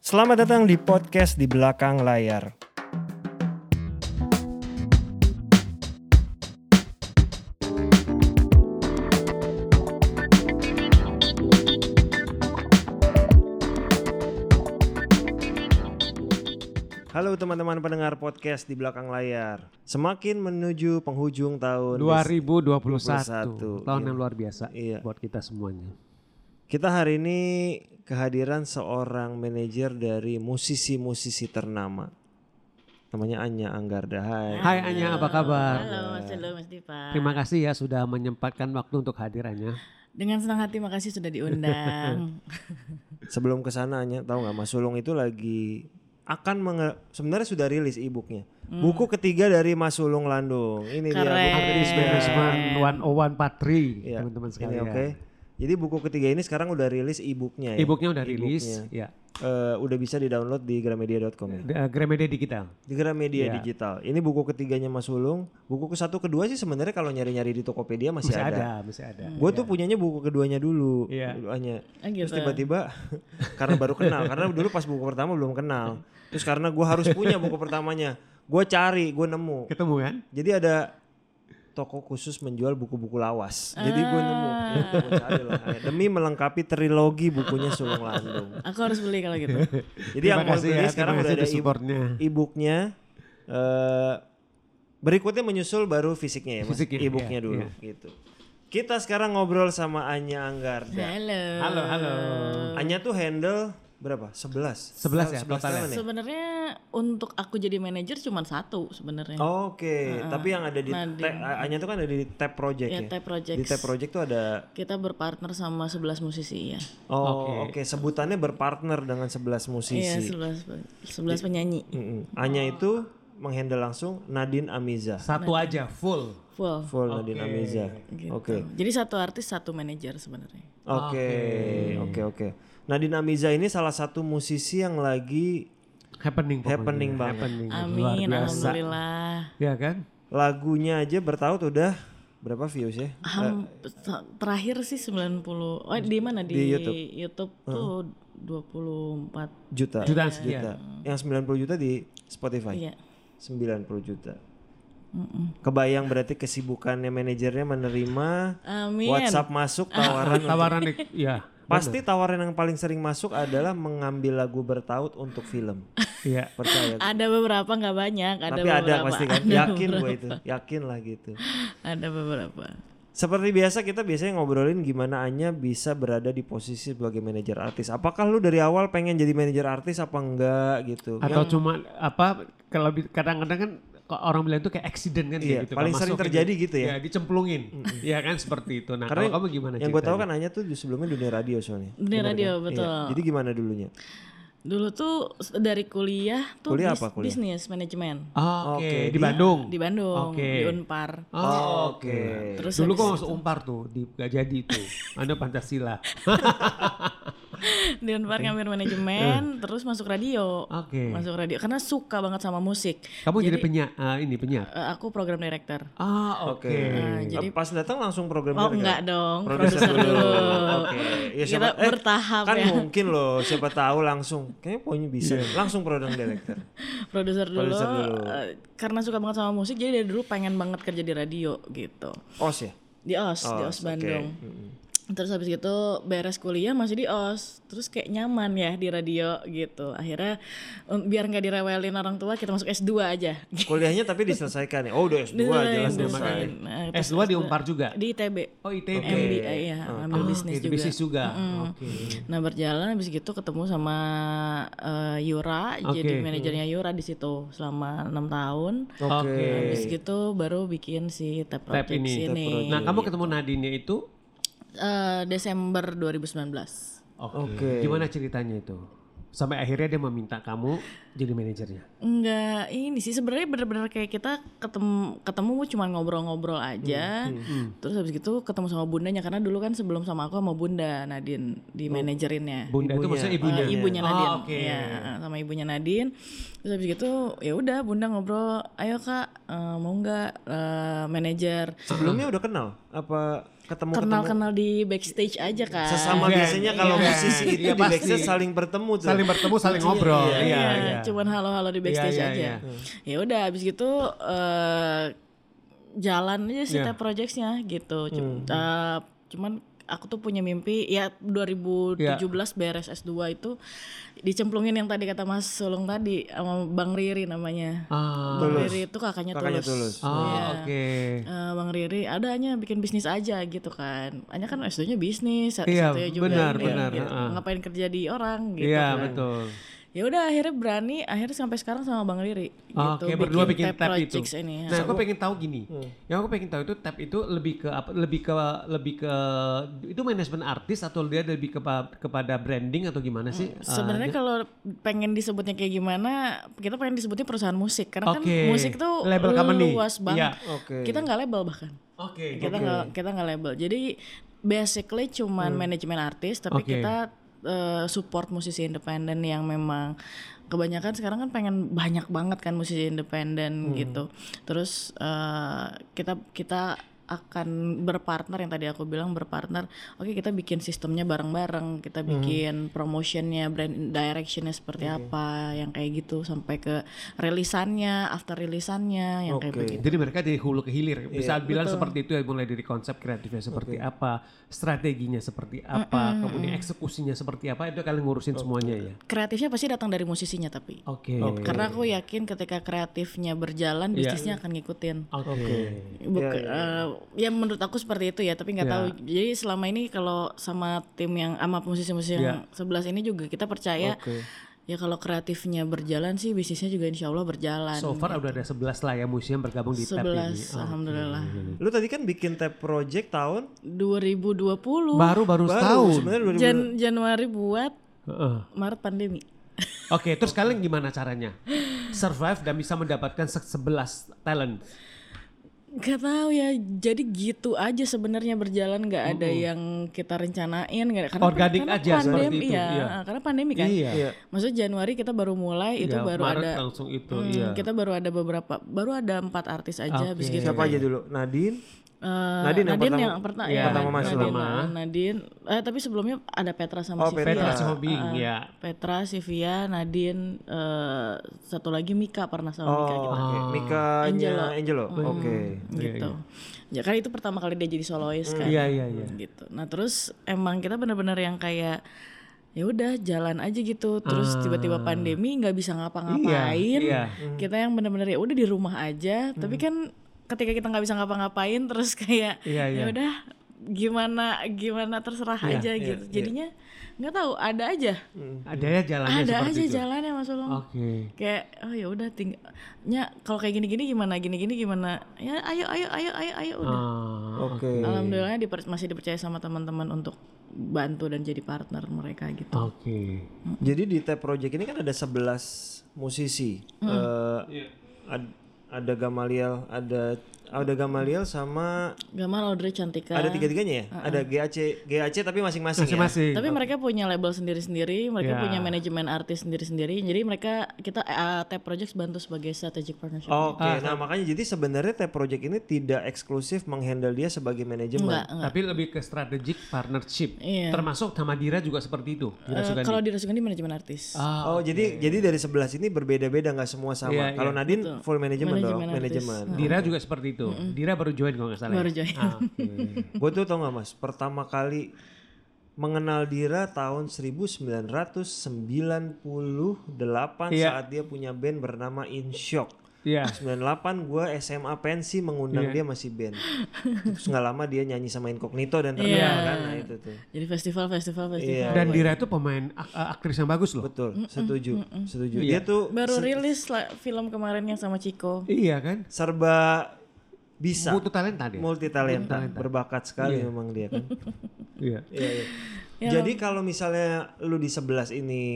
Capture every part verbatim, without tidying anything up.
Selamat datang di podcast Di Belakang Layar. Halo teman-teman pendengar podcast Di Belakang Layar. Semakin menuju penghujung tahun dua ribu dua puluh satu, dua ribu dua puluh satu. tahun Iya. yang luar biasa Iya. buat kita semuanya. Kita hari ini kehadiran seorang manajer dari musisi-musisi ternama. Namanya Anya Anggarda. Hai. Hai Anya, apa kabar? Halo Mas Dulu, Mas Dipa. Terima kasih ya sudah menyempatkan waktu untuk hadir Anya. Dengan senang hati makasih sudah diundang. Sebelum ke sana Anya, tahu nggak Mas Sulung itu lagi akan menge- sebenarnya sudah rilis e-booknya. Hmm. Buku ketiga dari Mas Sulung Landung. Ini Keren. dia buku Artis ketiga. Management seratus empat tiga Iya, teman-teman ini sekalian. oke. Jadi buku ketiga ini sekarang udah rilis e-booknya ya. E-booknya udah rilis, E-booknya. ya. Eh, udah bisa di-download di gramedia dot com ya. D- uh, Gramedia Digital. Di Gramedia Iya. Digital. Ini buku ketiganya Mas Sulung. Buku ke satu kedua sih sebenarnya kalau nyari-nyari di Tokopedia masih, Masih ada. ada, masih ada. Gue tuh punyanya buku keduanya dulu, Iya. dulu hanya. Ah, gitu. Terus tiba-tiba karena baru kenal, karena dulu pas buku pertama belum kenal. Terus karena gue harus punya buku pertamanya, gue cari, gue nemu. Ketemu kan? Jadi ada toko khusus menjual buku-buku lawas. Jadi gue nemu, ya, gue cari lah. Demi melengkapi trilogi bukunya Sulung Landung. Aku harus beli kalau gitu. Jadi yang mau beli ya, sekarang terima udah kasih ada atas supportnya. e- e-booknya. Eh, berikutnya menyusul baru fisiknya ya, Mas. Fisiknya, E-booknya iya, dulu, iya. gitu. Kita sekarang ngobrol sama Anya Anggarda. Halo. Halo, halo. Anya tuh handle berapa? sebelas. sebelas ya, sebelas total ya? tahun Sebenarnya untuk aku jadi manajer cuma satu sebenarnya. Oke, tapi yang ada di Nadine. te- Anya tuh kan ada di Tab Project Ya, ya. Tab Projects. Di Tab Project tuh ada Kita berpartner sama sebelas musisi ya. oh oke sebutannya berpartner dengan sebelas Iya, musisi. sebelas sebelas penyanyi. Mm-mm. Anya itu menghandle langsung Nadine Amiza. Satu aja full. Full. Full Nadine Amiza. Gitu. Oke. Jadi satu artis satu manajer sebenarnya. Oke, oke, oke. Nadine Amiza ini salah satu musisi yang lagi Happening pokoknya. Happening banget. Happening. Luar Amin, biasa. alhamdulillah. Ya kan? lagunya aja bertaut udah berapa views ya? Ham, terakhir sih sembilan puluh. Oh, di mana di, Di YouTube. YouTube tuh dua puluh empat. Juta. Jutaan Juta. sekian. Yang sembilan puluh juta di Spotify. Iya. sembilan puluh juta. Kebayang berarti kesibukannya manajernya menerima Amin. WhatsApp masuk tawaran. untuk- Tawaran dik- ya. Pasti tawaran yang paling sering masuk adalah mengambil lagu bertaut untuk film. Iya. Percaya. Ada beberapa nggak banyak, ada Tapi beberapa. ada pasti kan. Ada Yakin gue beberapa. itu. Yakin lah gitu. Ada beberapa. Seperti biasa kita biasanya ngobrolin gimana Anya bisa berada di posisi sebagai manajer artis. Apakah lu dari awal pengen jadi manajer artis apa enggak gitu? Atau Yang- cuma apa kalau bi- kadang-kadang kan kok orang bilang itu kayak accident kan Iya, kayak gitu. paling Kalau sering masuk terjadi ini, gitu ya. Ya dicemplungin. Iya kan seperti itu. Nah Karena kalau kamu gimana yang gue tahu kan ceritanya? Anya tuh sebelumnya dunia radio soalnya. Dunia Bener radio, kan? betul. Iya. Jadi gimana dulunya? Dulu tuh dari kuliah tuh Kuliah bis- apa kuliah? bisnis manajemen Oh, Oke, Oke, di di- Bandung. di Bandung, Oke. di Unpar. Oh, Oke. Terus Dulu habis kok itu- masuk Umpar tuh, di gak jadi tuh. Anda Pancasila. Di Unpar ngambil manajemen, terus masuk radio. Oke. Masuk radio karena suka banget sama musik. Kamu jadi, penyiar, ah, ini penyiar. Eh, aku program director. Ah, Oke. oke. Nah, jadi- Pas datang langsung program Oh director? enggak dong, Produser produser dulu. dulu. Oke. Ya, Kita siapa- eh, bertahap kan ya. mungkin loh siapa tahu langsung. Kayaknya pokoknya bisa Iya. langsung program director. Produser dulu, Produser dulu. eh, karena suka banget sama musik jadi dari dulu pengen banget kerja di radio gitu. O S ya? Di O S, di O S oke. Bandung. Mm-mm. Terus habis gitu beres kuliah masih di O S. Terus kayak nyaman ya di radio gitu. Akhirnya um, biar nggak direwelin orang tua kita masuk S dua aja. Kuliahnya tapi diselesaikan ya. Oh udah S dua jelas selesai. Nah, S terus dua di Umpar juga. di I T B. Oh, I T B. M B A ya, ambil Oh, bisnis oke, di juga. bisnis juga. Oke. Nah berjalan habis gitu ketemu sama eh, Yura, Oke. jadi manajernya Yura di situ selama enam tahun. Oke. Habis gitu baru bikin si Tab Tab Project ini. ini. Nah, kamu ketemu Nadine itu? Eh, Desember dua ribu sembilan belas. Oke. Oke. Gimana ceritanya itu? Sampai akhirnya dia meminta kamu jadi manajernya? Enggak, ini sih sebenarnya benar-benar kayak kita ketemu ketemu cuma ngobrol-ngobrol aja. Hmm, hmm. Terus habis gitu ketemu sama bundanya karena dulu kan sebelum sama aku sama Bunda Nadine di manajerinnya. Bunda itu Ibunya. maksudnya Eh, ibunya? ibunya Oh, Nadine. oke. Ya, sama ibunya Nadine. Terus habis gitu ya udah Bunda ngobrol, "Ayo Kak, eh, mau nggak eh, manajer?" Sebelumnya udah kenal? Apa ketemu-ketemu? Kenal-kenal di backstage aja kan. Sesama Iya, biasanya kalau iya. musisi itu Iya, di pasti. backstage saling bertemu tuh. Saling bertemu, saling ngobrol. Iya, Iya, Iya, iya. cuman halo-halo di backstage Iya, iya, aja. iya. Ya udah habis gitu eh jalan aja sih Iya. Tap Projects-nya gitu. Cum- eh, cuman aku tuh punya mimpi ya dua ribu tujuh belas beres S dua itu dicemplungin yang tadi kata Mas Sulung tadi sama Bang Riri namanya. Ah, Bang Tulus. Riri itu kakaknya, Kakaknya Tulus. Tulus. oh, Iya. oke. Eh, Bang Riri ada hanya bikin bisnis aja gitu kan. Hanya kan S dua-nya bisnis, Iya, satunya juga benar, iya, benar, gitu. heeh. Ngapain kerja di orang gitu Iya, kan. betul. Ya udah akhirnya berani, akhirnya sampai sekarang sama Bang Riri gitu. Oke, berdua bikin tap itu. Projects ini. Nah, aku pengen tahu gini. Yang aku pengen tahu itu tap itu lebih ke apa? Lebih ke lebih ke itu manajemen artis atau dia lebih ke, kepada branding atau gimana sih? Sebenarnya kalau pengen disebutnya kayak gimana, kita pengen disebutnya perusahaan musik karena Oke. kan musik tuh Label company. luas banget. Iya. Oke. Kita nggak label bahkan. Oke. Kita nggak kita nggak label. Jadi basically cuman manajemen artis, tapi Oke. kita eh, support musisi independen yang memang kebanyakan sekarang kan pengen banyak banget kan musisi independen gitu. Terus eh, kita kita akan berpartner yang tadi aku bilang berpartner. Oke, kita bikin sistemnya bareng-bareng, kita bikin promotionnya, brand directionnya seperti apa, yang kayak gitu sampai ke rilisannya, after rilisannya, yang kayak Oke. begitu. Jadi mereka dari hulu ke hilir bisa bilang betul. seperti itu ya, mulai dari konsep kreatifnya seperti apa, strateginya seperti apa, kemudian eksekusinya seperti apa, itu kalian ngurusin semuanya ya. Kreatifnya pasti datang dari musisinya tapi. Oke. Karena aku yakin ketika kreatifnya berjalan, bisnisnya akan ngikutin. Oke. Buk- eh, ya menurut aku seperti itu ya, tapi nggak Ya. tahu. Jadi selama ini kalau sama tim yang sama musisi-musisi yang sebelas ini juga kita percaya Oke. ya kalau kreatifnya berjalan sih bisnisnya juga insya Allah berjalan. So far udah ada sebelas lah ya musisi yang bergabung di tap ini. sebelas alhamdulillah. Lu tadi kan bikin Tap Project tahun dua ribu dua puluh Baru baru baru setahun. sebenarnya dua ribu. Jan- Januari buat Heeh. Maret pandemi. Oke, terus kalian gimana caranya survive dan bisa mendapatkan se- sebelas talent? Gak tahu ya, jadi gitu aja sebenarnya berjalan, nggak ada yang kita rencanain, nggak ada- karena Organik karena aja seperti pandemi, itu, iya, iya. karena pandemi kan. Iya. Iya. Maksudnya Januari kita baru mulai, itu Iya, baru Maret ada langsung itu. Hmm, Iya. kita baru ada beberapa, baru ada empat artis aja habis gitu. Siapa aja dulu? Nadine. Eh, Nadine yang pertama- yang pertama, Iya, ya, pertama masuk. Nadine, Pertama. Nadine. Eh tapi sebelumnya ada Petra sama Oh, Sivia. Petra Iya. Sihombing, ya. Petra, Sivia, Nadine, eh, satu lagi Mika pernah sama Oh, Mika gitu. oke. Mika-nya Angelo. Angelo. Oke. gitu. Ya kan itu pertama kali dia jadi solois kan. Iya, iya, iya. Gitu. Nah, terus emang kita benar-benar yang kayak ya udah jalan aja gitu. Terus tiba-tiba pandemi nggak bisa ngapa-ngapain. Iya, iya. Kita yang benar-benar ya udah di rumah aja. Tapi kan ketika kita nggak bisa ngapa-ngapain terus kayak Iya, iya. ya udah gimana gimana terserah aja gitu. Jadinya nggak tahu ada aja. Ada ya jalannya Ada seperti aja itu. jalannya Mas Ulung. Oke. Kayak oh ya udah tinggalnya kalau kayak gini-gini gimana gini-gini gimana ya ayo ayo ayo ayo ayo udah. Ah, Oke. Alhamdulillah diper- masih dipercaya sama teman-teman untuk bantu dan jadi partner mereka gitu. Oke. Jadi di Tap Project ini kan ada sebelas musisi. Eh, ad- ada Gamaliel, ada ada Gamaliel sama Gamal, Audrey, Cantika. ada tiga-tiganya ya? Ada G A C, G A C tapi masing-masing ya. Masing-masing. Tapi mereka punya label sendiri-sendiri, mereka Ya. punya manajemen artis sendiri-sendiri. Jadi mereka kita uh, Tap Projects bantu sebagai strategic partnership. Oke, nah makanya jadi sebenarnya Tap Project ini tidak eksklusif menghandle dia sebagai manajemen. Enggak, enggak. Tapi lebih ke strategic partnership. Iya. Termasuk sama Dira juga seperti itu. Dira Eh, Sugandi. kalau di Rasugandi manajemen artis. Ah, Oh, jadi jadi dari sebelas ini berbeda-beda nggak semua sama. Iya, Kalau iya. Nadine full manajemen dong, Manajemen artis. manajemen. Dira juga seperti itu. Dira baru join kalau nggak salah. Baru ya? join. Ah, oke. Gue tuh tau gak mas, pertama kali mengenal Dira tahun seribu sembilan ratus sembilan puluh delapan Iya. saat dia punya band bernama In Shock. Iya. sembilan puluh delapan gue S M A pensi mengundang dia masih band. Terus gak lama dia nyanyi sama Incognito dan terkenal Iya. kan, nah itu tuh. Jadi festival, festival, festival. Iya. Dan Dira itu pemain ak- aktris yang bagus loh. Betul, setuju, setuju. Iya. Dia tuh Baru rilis lah film kemarin yang sama Chico. Iya kan? serba bisa, Multi talenta dia. multi talenta, berbakat sekali memang dia kan. Iya. Iya, iya. Jadi kalau misalnya lu di sebelas ini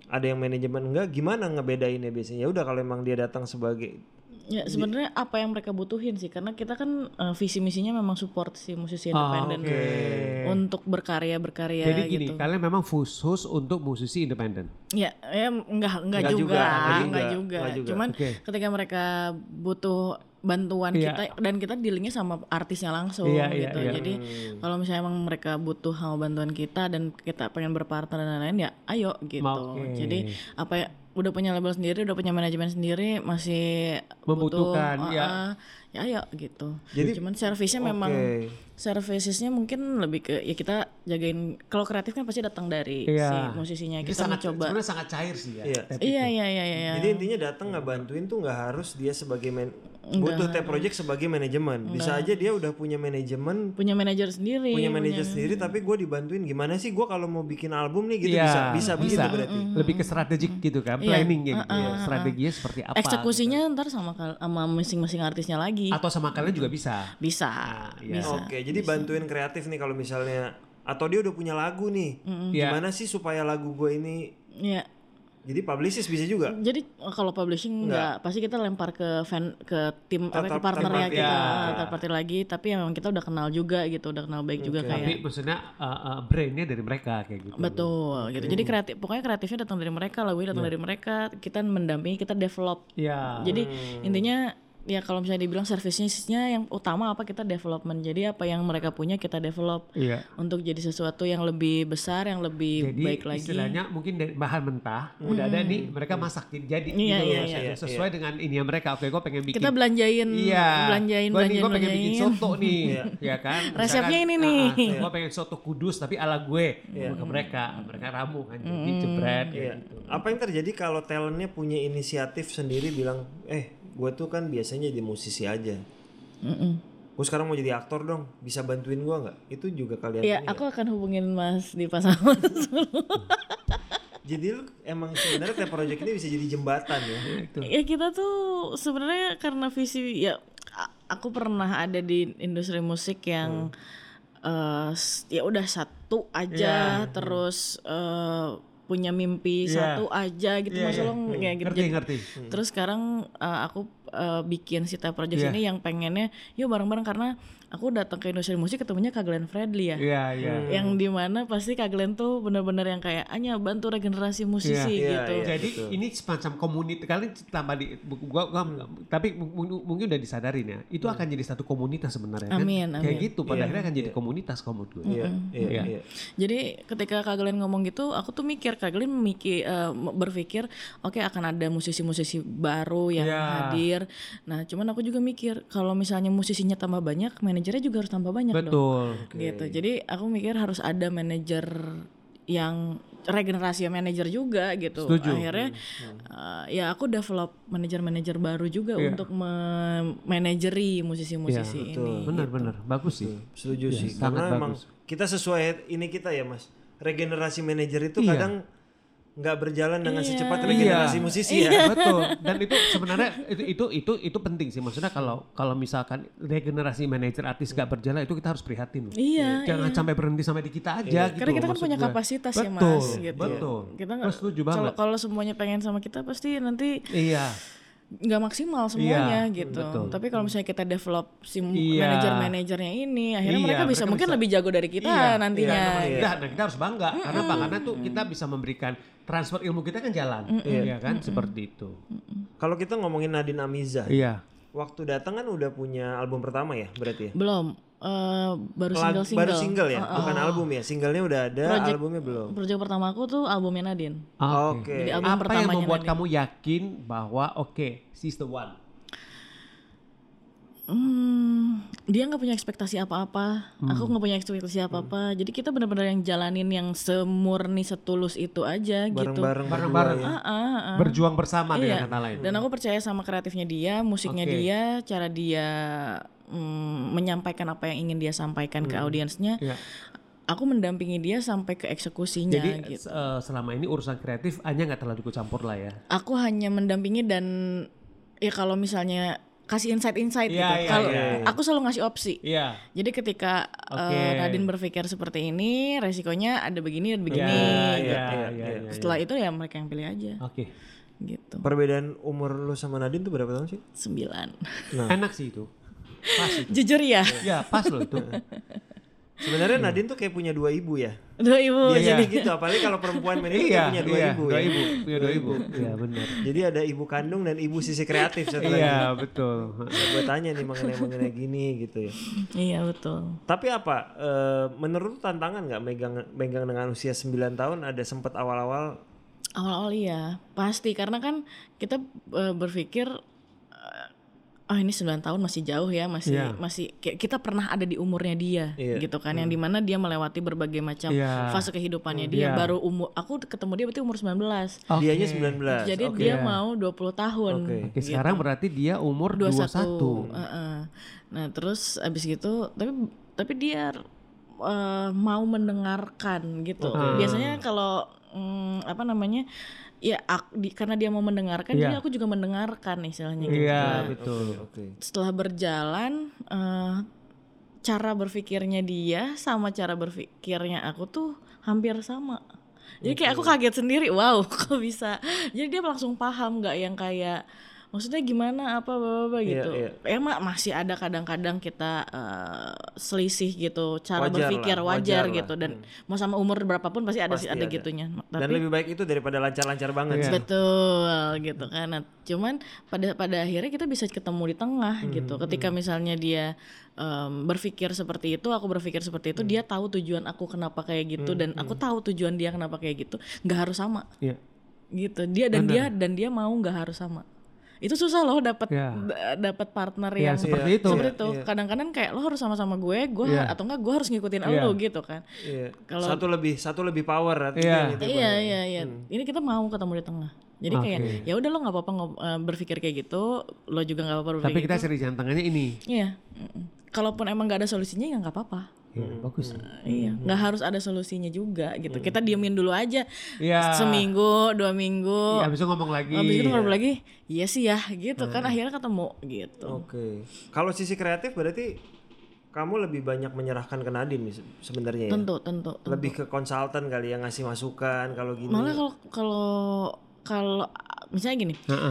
ada yang manajemen enggak, gimana ngebedainnya biasanya? Ya udah kalau emang dia datang sebagai Ya sebenarnya apa yang mereka butuhin sih, karena kita kan uh, visi misinya memang support si musisi independen Oh, okay. untuk berkarya berkarya Jadi gini, gitu. kalian memang khusus untuk musisi independen. Ya, ya enggak enggak Enggak juga, juga, enggak enggak juga, juga. enggak juga. Cuman Oke. ketika mereka butuh bantuan Iya. kita dan kita dealingnya sama artisnya langsung Iya, iya, gitu. iya. Jadi kalau misalnya emang mereka butuh sama bantuan kita dan kita pengen berpartner dan lain-lain ya ayo gitu. Oke. Jadi apa ya udah punya label sendiri, udah punya manajemen sendiri, masih Membutuhkan, butuh, ya. uh, uh, ya ayo gitu. Jadi- cuman servisnya memang Oke. servicesnya mungkin lebih ke ya kita jagain, kalau kreatif kan pasti datang dari Iya. si musisinya, Jadi kita sangat, mencoba. sebenarnya sangat cair sih ya. Iya. Tap Iya itu. iya iya iya. Jadi intinya datang nggak bantuin tuh nggak harus dia sebagai man, butuh Tape Project sebagai manajemen. Bisa aja dia udah punya manajemen, Punya manajer sendiri. punya manajer sendiri, tapi gue dibantuin gimana sih gue kalau mau bikin album nih gitu, Iya, bisa bisa begitu berarti. Lebih ke strategik gitu kan, Iya. planning gitu ya. Strateginya seperti apa? Eksekusinya ntar sama kal- sama masing-masing artisnya lagi. Atau sama kalian juga bisa. Bisa. iya. Bisa. Oke, jadi bantuin kreatif nih kalau misalnya atau dia udah punya lagu nih, Iya. gimana sih supaya lagu gue ini, Iya. jadi publicist bisa juga. Jadi kalau publishing enggak, pasti kita lempar ke fan ke tim apa ke Tetap partner third ya party. kita, Ya. third party lagi, tapi yang memang kita udah kenal juga gitu, udah kenal baik juga Tapi kayak. maksudnya uh, uh, brandnya dari mereka kayak gitu. Betul gitu. Jadi kreatif, pokoknya kreatifnya datang dari mereka, lagunya datang dari mereka, kita mendampingi, kita develop. Iya. Jadi intinya ya kalau misalnya dibilang servicenya yang utama apa, kita development. Jadi apa yang mereka punya kita develop Iya. untuk jadi sesuatu yang lebih besar, yang lebih Jadi baik lagi. istilahnya mungkin dari bahan mentah udah ada nih, mereka masak jadi jadi Iya, gitu iya, loh, iya. sesuai dengan ini mereka. Oke, gue pengen bikin. Kita belanjain, Iya. belanjain, Gua nih, belanjain, gue pengen bikin belanjain. soto nih, ya kan. Resepnya ini nih. Gue pengen soto Kudus tapi ala gue. Ke mereka, mereka ramu kan. Jadi jebret. Iya. Gitu. Apa yang terjadi kalau talentnya punya inisiatif sendiri bilang, eh gue tuh kan biasanya jadi musisi aja. Mm-mm. Gue sekarang mau jadi aktor dong, bisa bantuin gue nggak? Itu juga kalian Iya, ini nggak? aku akan hubungin Mas di pasangan. Jadi lu emang sebenarnya Tape Project ini bisa jadi jembatan ya. Ya kita tuh sebenarnya karena visi ya, a- aku pernah ada di industri musik yang eh, s- ya udah satu aja, terus eh, punya mimpi Iya. satu aja gitu, Iya, maksud iya. lo kayak gitu. Ngerti, Jadi- ngerti. Terus sekarang uh, aku uh, bikin si Tape Project Iya. ini yang pengennya yuk bareng-bareng, karena aku datang ke industri musik ketemunya Kak Glenn Fredly ya. Iya, iya. Yang dimana pasti Kak Glenn tuh bener-bener yang kayak Anya bantu regenerasi musisi Iya, gitu. iya. Jadi ini semacam komunitas, kalian tambah di gua, gua tapi m- mungkin udah disadarin ya. Itu akan jadi satu komunitas sebenarnya kan. Amin, Kayak amin. gitu pada akhirnya akan jadi komunitas kalau menurut gue. Iya, iya, Iya. iya. Jadi ketika Kak Glenn ngomong gitu, aku tuh mikir, Kak Glenn mikir, eh, berpikir, oke akan ada musisi-musisi baru yang Ya. hadir. Nah, cuman aku juga mikir, kalau misalnya musisinya tambah banyak, manajernya juga harus tambah banyak dong. Betul. Gitu. Jadi aku mikir harus ada manajer yang regenerasi manajer juga gitu. Setuju. Akhirnya uh, ya aku develop manajer-manajer baru juga Iya. untuk memanajeri musisi-musisi Iya, ini. Benar-benar bagus sih. Setuju sih. sangat Karena emang bagus. kita sesuai ini kita ya Mas. Regenerasi manajer itu Iya. kadang nggak berjalan dengan Iya. secepat regenerasi Iya. musisi ya. Betul. Dan itu sebenarnya itu itu itu itu penting sih. Maksudnya kalau kalau misalkan regenerasi manajer artis gak berjalan itu kita harus prihatin. loh. Iya, Jangan sampai berhenti sampai di kita aja gitu. Karena kita kan maksud punya gue. kapasitas ya Betul, Mas gitu. Betul. Kita Gue nggak setuju kalau banget. kalau semuanya pengen sama kita pasti nanti Iya. nggak maksimal semuanya Iya, gitu. betul. Tapi kalau misalnya kita develop si Iya. manajer-manajernya ini, akhirnya Iya, mereka bisa mereka mungkin bisa- lebih jago dari kita Iya, nantinya. Iya, kita, nah, kita harus bangga karena apa? Karena tuh kita bisa memberikan transfer ilmu kita kan jalan, iya kan? Seperti itu. Kalau kita ngomongin Nadine Amiza, Iya. waktu datang kan udah punya album pertama ya berarti ya? Belum, eh, baru Lag- single-single. baru single ya, bukan album ya. Singlenya udah ada, Project- albumnya belum. Project pertama aku tuh albumnya Nadine. Oke. Jadi album Apa yang pertamanya membuat Nadine. kamu yakin bahwa oke, she's the one? Hmm, dia nggak punya ekspektasi apa-apa, Hmm. aku nggak punya ekspektasi apa-apa. Jadi kita benar-benar yang jalanin yang semurni setulus itu aja gitu. Bareng-bareng Bareng-bareng. berdua ya. Ah, ah, ah. Berjuang bersama Iya. dengan kata lain. Dan aku percaya sama kreatifnya dia, musiknya Oke. dia, cara dia mm, menyampaikan apa yang ingin dia sampaikan ke audiensnya. Iya. Aku mendampingi dia sampai ke eksekusinya Jadi gitu. eh, selama ini urusan kreatif Anya nggak terlalu ikut campur lah ya. Aku hanya mendampingi dan ya kalau misalnya kasih insight-insight Iya, gitu. iya, Kalau iya. aku selalu ngasih opsi. Iya. Jadi ketika Oke. uh, Nadine berpikir seperti ini, resikonya ada begini dan begini. Iya, gitu. iya, iya, iya, iya. Setelah itu ya mereka yang pilih aja. Oke. Gitu. Perbedaan umur lu sama Nadine tuh berapa tahun sih? Sembilan. Nah, Enak sih itu. Pas itu. Jujur ya. Ya, pas loh itu. sebenarnya Nadine tuh kayak punya dua ibu ya. Dua ibu Biasanya jadi. gitu, apalagi kalau perempuan manajer Iya, punya dua iya, ibu dua ya. ibu, punya dua ibu. Iya, benar. Jadi ada ibu kandung dan ibu sisi kreatif satu lagi. Iya, betul. Gue tanya nih mengenai mengenai gini gitu ya. Iya betul. Tapi apa? eh, menurut lu tantangan nggak megang megang dengan usia sembilan tahun? Ada sempet awal-awal? Awal-awal iya pasti karena kan kita uh, berpikir oh ini sembilan tahun masih jauh ya, masih Iya. masih kayak kita pernah ada di umurnya dia Iya. gitu kan, yang dimana dia melewati berbagai macam Iya. fase kehidupannya dia. Iya. Baru umur aku ketemu dia berarti umur sembilan belas. Oke. Dianya sembilan belas. Jadi Oke. dia Iya. mau dua puluh tahun. Oke. Oke, sekarang berarti dia umur dua puluh satu. Heeh. Nah, terus abis gitu tapi tapi dia uh, mau mendengarkan gitu. Oke. Biasanya kalau mm, apa namanya? Ya ak- di, karena dia mau mendengarkan, Iya. jadi aku juga mendengarkan istilahnya gitu. Iya, Nah, betul. Oke. setelah berjalan eh, cara berpikirnya dia sama cara berpikirnya aku tuh hampir sama. Jadi kayak aku kaget sendiri, wow kok bisa. Jadi dia langsung paham, nggak yang kayak maksudnya gimana apa apa Iya, gitu. iya. Ya mak masih ada kadang-kadang kita eh, selisih gitu cara Wajar berpikir lah, wajar, wajar lah. gitu dan mau sama umur berapapun pasti ada Pasti sih ada ada. gitunya. Dan Tapi lebih baik itu daripada lancar-lancar banget. Iya. sih. betul gitu kan. Nah, cuman pada pada akhirnya kita bisa ketemu di tengah Hmm, gitu. Ketika misalnya dia em, berpikir seperti itu, aku berpikir seperti itu, Hmm. dia tahu tujuan aku kenapa kayak gitu dan aku tahu tujuan dia kenapa kayak gitu. Nggak harus sama Iya. gitu. Dia dan dia dan dia mau nggak harus sama. Itu susah loh dapat Iya. da- dapat partner Iya, yang seperti Iya, itu. seperti Iya, itu. iya. Kadang-kadang kayak lo harus sama-sama gue, gue Iya. atau enggak gue harus ngikutin Iya. lo gitu kan. Iya. Kalau- satu lebih satu lebih power artinya Iya. gitu, Bang. Iya iya iya. Ini kita mau ketemu di tengah. Jadi Oke. kayak ya udah lo nggak apa-apa ngob- eh, berpikir kayak gitu, lo juga nggak apa-apa berpikir. Tapi kita gitu. seri jantangannya ini. Iya. Mm-mm. Kalaupun emang nggak ada solusinya ya nggak apa-apa. Iya, bagus. Iya. Nggak harus ada solusinya juga gitu. Kita diemin dulu aja. Iya. Seminggu, dua minggu. Iya, habis itu ngomong lagi. Habis itu ngobrol lagi. Iya sih ya, gitu kan akhirnya ketemu gitu. Oke. Kalau sisi kreatif berarti kamu lebih banyak menyerahkan ke Nadine nih se- sebenarnya ya. Tentu, tentu. tentu. Lebih ke konsultan kali yang ngasih masukan kalau gini. Malah kalau kalau kalau misalnya gini. Heeh.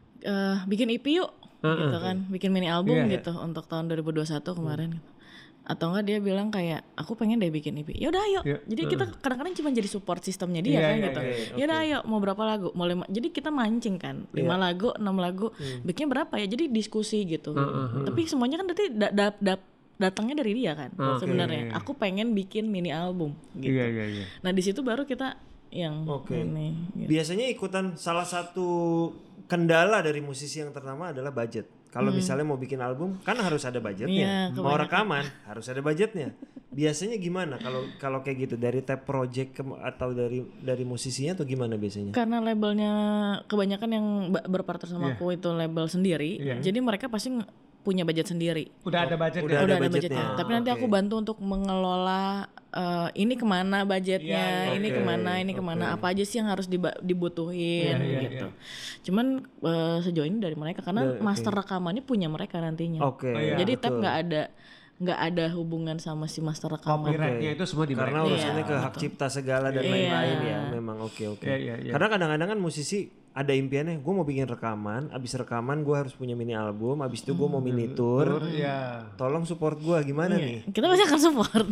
eh bikin E P yuk gitu kan, bikin mini album Iya, iya. gitu untuk tahun dua ribu dua puluh satu kemarin gitu. Atau enggak dia bilang kayak aku pengen deh bikin E P. Ya udah ayo. Iya. Jadi kita kadang-kadang cuma jadi support sistemnya dia Iya, kan iya, gitu. iya, Ya udah ayo mau berapa lagu? Mau lima. Jadi kita mancing kan. lima lagu, enam lagu. Bikinnya berapa ya? Jadi diskusi gitu. Tapi semuanya kan berarti da- da- da- datangnya dari dia kan sebenarnya. Aku pengen bikin mini album gitu. Iya, iya, iya. Nah, di situ baru kita yang Oke. ini gitu. Biasanya ikutan salah satu kendala dari musisi yang ternama adalah budget. Kalau misalnya mau bikin album kan harus ada budgetnya. Iya, mau rekaman harus ada budgetnya. Biasanya gimana kalau kalau kayak gitu dari tab project ke- atau dari dari musisinya atau gimana biasanya? Karena labelnya kebanyakan yang ba- berpartner sama aku itu label sendiri, jadi mereka pasti nge- punya budget sendiri. Udah ada budget Udah ya? ada Udah ada budgetnya. budgetnya. Tapi nanti aku bantu untuk mengelola eh, ini kemana budgetnya, Iya, ini oke, kemana, ini kemana, apa aja sih yang harus diba- dibutuhin Iya, iya, gitu. Cuman eh, sejauh ini dari mereka karena master rekamannya punya mereka nantinya. Oke. iya, Jadi betul. tab nggak ada nggak ada hubungan sama si master rekaman. Copyright-nya itu semua di Karena mereka. urusannya ke hak cipta segala dan Iya. lain-lain ya. Memang oke oke. Iya, iya, iya. Karena kadang-kadang kan musisi ada impiannya, gue mau bikin rekaman, abis rekaman gue harus punya mini album, abis itu gue mau mini tour. Iya. Tolong support gue gimana nih? Kita pasti akan support.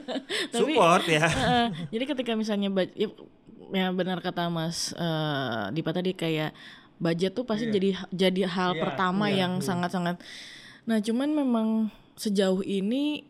Tapi Support ya. Heeh, jadi ketika misalnya baj- ya, ya benar kata Mas eh, Dipa tadi kayak budget tuh pasti jadi jadi hal Iya, pertama yang sangat-sangat. Nah, cuman memang sejauh ini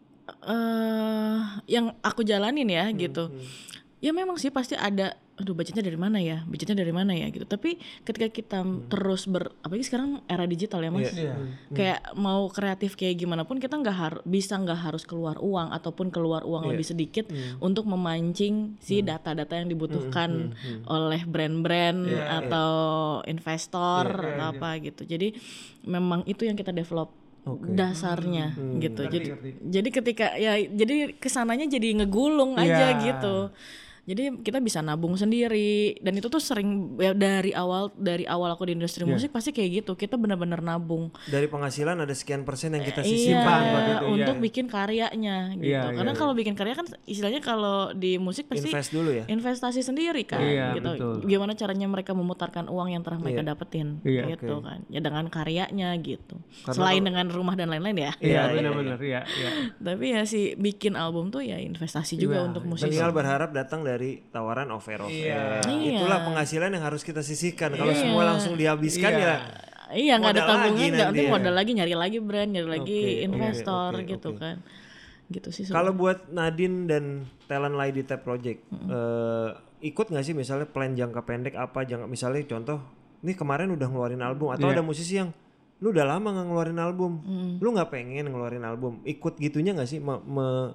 eh yang aku jalanin ya gitu. Ya memang sih pasti ada aduh budgetnya dari mana ya? Budgetnya dari mana ya gitu. Tapi ketika kita terus ber apalagi sekarang era digital ya, Mas. Iya. Kayak mau kreatif kayak gimana pun kita nggak harus bisa nggak harus keluar uang ataupun keluar uang lebih sedikit untuk memancing si data-data yang dibutuhkan oleh brand-brand atau investor atau apa gitu. Jadi memang itu yang kita develop dasarnya gitu. Ngerti, Jadi ngerti. jadi ketika ya jadi kesananya jadi ngegulung Iya. aja gitu. Jadi kita bisa nabung sendiri dan itu tuh sering ya, dari awal dari awal aku di industri Yeah. musik pasti kayak gitu. Kita benar-benar nabung. Dari penghasilan ada sekian persen yang kita Iya, sisihkan buat itu. untuk iya. bikin karyanya gitu. Iya, Karena iya, kalau bikin karya kan istilahnya kalau di musik pasti Invest dulu ya. investasi sendiri kan Iya, gitu. betul. Gimana caranya mereka memutarkan uang yang telah mereka Iya. dapetin Iya, gitu oke. kan. Ya dengan karyanya gitu. Karena Selain kalau- dengan rumah dan lain-lain ya. Iya, Iya, iya, benar-benar ya, ya. Tapi ya sih bikin album tuh ya investasi juga Iya, untuk musisi. Tinggal berharap datang dari tawaran offer offer. Iya. Iya. Itulah penghasilan yang harus kita sisihkan. Kalau Iya. semua langsung dihabiskan Iya. ya. Iya nggak ada Modal lagi tabungan, nggak nanti nanti ya. modal lagi nyari lagi brand, nyari lagi Oke, investor oke, oke, gitu oke. kan, gitu sih. Kalau buat Nadine dan talent lain di Tap Project, eh, ikut nggak sih misalnya plan jangka pendek apa? Jangka misalnya contoh, nih kemarin udah ngeluarin album atau Iya. ada musisi yang lu udah lama nggak ngeluarin album, lu nggak pengen ngeluarin album, ikut gitunya nggak sih? Me- me-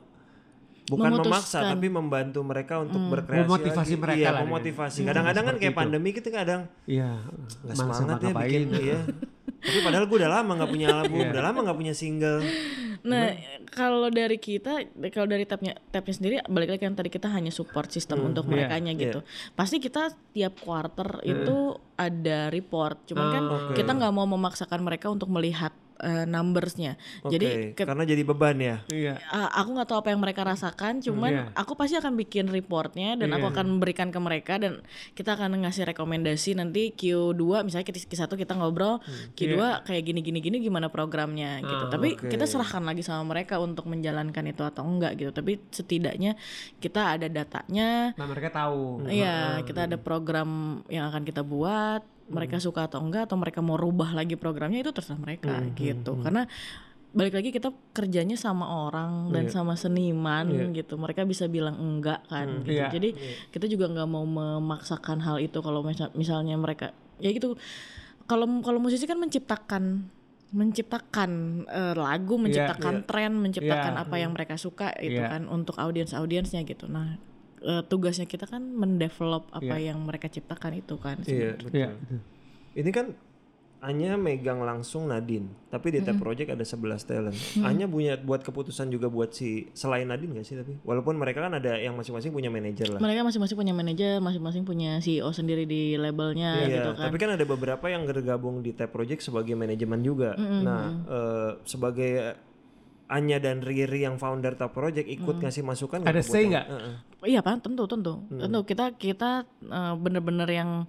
bukan memaksa Memutuskan. tapi membantu mereka untuk berkreasi Memotivasi lagi. mereka Iya, lah dengan- memotivasi. Hmm, Kadang-kadang kan seperti kayak itu. pandemi kita kadang Iya. nggak Mangsa semangat ya ngapain. bikin iya. Tapi padahal gue udah lama nggak punya album, Iya. udah lama nggak punya single. Nah, kalau dari kita, kalau dari tapnya tapnya sendiri, balik lagi kan tadi kita hanya support sistem untuk iya, merekanya gitu. Pasti kita tiap quarter itu ada report. Cuman kan Oh, oke. kita nggak mau memaksakan mereka untuk melihat uh, numbersnya. Oke, Jadi ke- karena jadi beban ya. Iya. Uh, aku nggak tahu apa yang mereka rasakan, cuman Iya. aku pasti akan bikin reportnya dan aku Iya. akan memberikan ke mereka dan kita akan ngasih rekomendasi nanti Q dua misalnya Q satu kita ngobrol, Q dua kayak gini gini gini gimana programnya gitu. Ah, Tapi oke. kita serahkan lagi sama mereka untuk menjalankan itu atau enggak gitu. Tapi setidaknya kita ada datanya. Nah, mereka tahu. Iya, kita ada program yang akan kita buat. Mereka suka atau enggak atau mereka mau rubah lagi programnya itu terserah mereka gitu. Karena balik lagi kita kerjanya sama orang dan sama seniman gitu. Mereka bisa bilang enggak kan gitu. Iya. Jadi kita juga nggak mau memaksakan hal itu kalau misal- misalnya mereka ya gitu. Kalau kalau musisi kan menciptakan menciptakan eh, lagu, menciptakan tren, menciptakan Iya. apa yang mereka suka itu Iya. kan untuk audiens-audiensnya gitu. Nah, eh, tugasnya kita kan mendevelop apa Iya. yang mereka ciptakan itu kan. Iya, betul. Iya. Ini kan Anya megang langsung Nadine, tapi di Tap Project ada sebelas talent. Anya punya buat keputusan juga buat si selain Nadine gak sih tapi? Walaupun mereka kan ada yang masing-masing punya manajer lah. Mereka masing-masing punya manajer, masing-masing punya C E O sendiri di labelnya Iya, gitu kan. tapi kan ada beberapa yang bergabung di Tap Project sebagai manajemen juga. Nah, eh, sebagai Anya dan Riri yang founder Tap Project ikut ngasih masukan nggak Ada buat say yang- nggak? Heeh. Iya Pak, tentu tentu. Tentu kita kita eh, bener-bener yang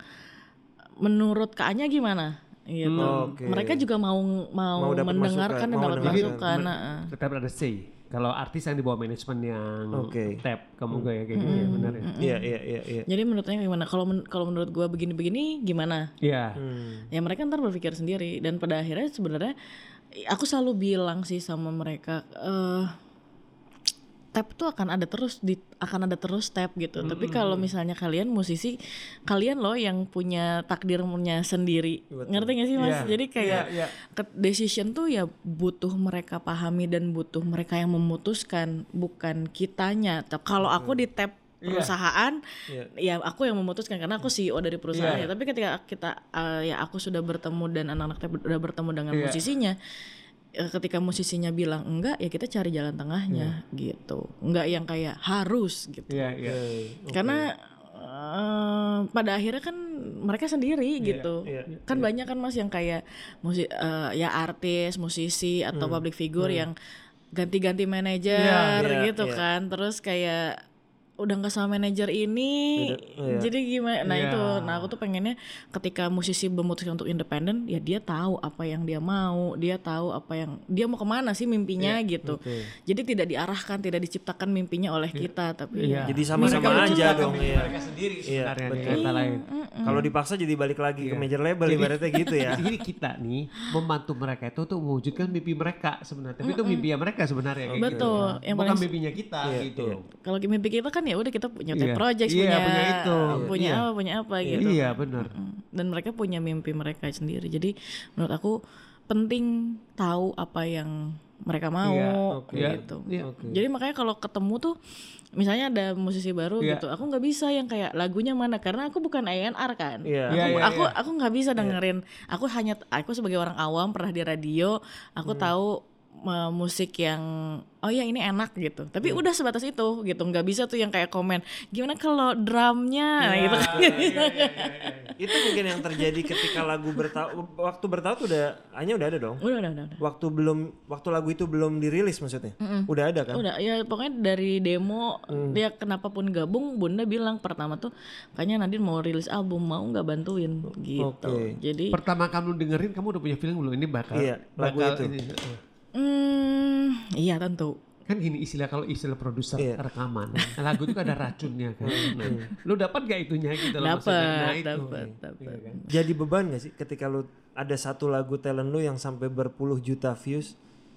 menurut Kak Anya gimana? Gitu. Oke. Mereka juga mau mau, Mau dapat mendengarkan masukan, dan mau dapat dengarkan. masukan. heeh. Tetap ada say. Kalau artis yang di bawah manajemen yang Oke. tap, kamu gak ya kayak gitu ya, benar ya? Iya, iya, iya, iya. Jadi menurutnya gimana? Kalau men- kalau menurut gua begini-begini gimana? Iya. Hmm. Ya mereka ntar berpikir sendiri dan pada akhirnya sebenarnya aku selalu bilang sih sama mereka eh tap tuh akan ada terus di akan ada terus tap gitu. Tapi kalau misalnya kalian musisi, kalian loh yang punya takdirnya sendiri. Ngerti gak sih Mas? Iya. Jadi kayak Iya, iya. ke- decision tuh ya butuh mereka pahami dan butuh mereka yang memutuskan, bukan kitanya. T- Kalau aku di tap perusahaan, ya aku yang memutuskan karena aku C E O dari perusahaan. Iya. Ya. Tapi ketika kita uh, ya aku sudah bertemu dan anak-anak tap udah bertemu dengan Iya. musisinya, eh, ketika musisinya bilang enggak, ya kita cari jalan tengahnya gitu. Enggak yang kayak harus gitu. Iya, iya. Oke. Karena eh, pada akhirnya kan mereka sendiri gitu. iya, Kan banyak kan Mas yang kayak musik eh, ya artis, musisi atau public figure yang ganti-ganti manajer Iya, gitu iya. kan. Terus kayak udah nggak sama manajer ini, iya. jadi gimana? Nah Iya. itu, nah aku tuh pengennya ketika musisi memutuskan untuk independen, ya dia tahu apa yang dia mau, dia tahu apa yang dia mau kemana sih mimpinya gitu. betul. Jadi tidak diarahkan, tidak diciptakan mimpinya oleh kita, tapi Iya. Jadi sama-sama Mereka aja juga dong ya. Mereka sendiri Iya, sebenarnya nih betul. kata lain. Kalau dipaksa jadi balik lagi ke Iya. major label ibaratnya gitu ya. Jadi kita nih membantu mereka itu untuk mewujudkan mimpi mereka sebenarnya. Tapi itu mimpinya mereka sebenarnya kayak Betul. gitu. Yang Bukan paling- mimpinya kita Iya, gitu. iya. kalau mimpi kita kan ya udah kita punya Iya. tech project, Iya, punya punya itu. punya Iya. apa, punya apa gitu. Iya, benar. Mm. Dan mereka punya mimpi mereka sendiri. Jadi menurut aku penting tahu apa yang mereka mau Iya, oke. gitu. Iya. Jadi makanya kalau ketemu tuh misalnya ada musisi baru Iya. gitu, aku nggak bisa yang kayak lagunya mana karena aku bukan A and R kan. Iya. Aku Iya, iya, aku, iya. aku nggak bisa dengerin. Aku hanya aku sebagai orang awam pernah di radio, aku tahu uh, musik yang oh ya ini enak gitu. Tapi udah sebatas itu gitu. Nggak bisa tuh yang kayak komen gimana kalau drumnya Ya, gitu kan. ya, ya, ya, ya, ya. Itu mungkin yang terjadi ketika lagu bertahun waktu bertahun udah hanya udah ada dong. Udah udah udah. udah. Waktu belum waktu lagu itu belum dirilis maksudnya. Udah ada kan? Udah ya pokoknya dari demo dia kenapa pun gabung Bunda bilang pertama tuh kayaknya Nadine mau rilis album mau nggak bantuin gitu. Oke. Jadi Pertama kamu dengerin kamu udah punya feeling belum ini bakal Iya, lagu bakal itu. ini. hmm, iya tentu. Kan gini istilah kalau istilah produser Iya. rekaman nah, lagu itu kan ada racunnya kan. Nah, lu dapat gak itunya gitu loh maksudnya? Nah, Dapat, itu. dapat, dapat. Iya kan? Jadi beban gak sih ketika lu ada satu lagu talent lu yang sampai berpuluh juta views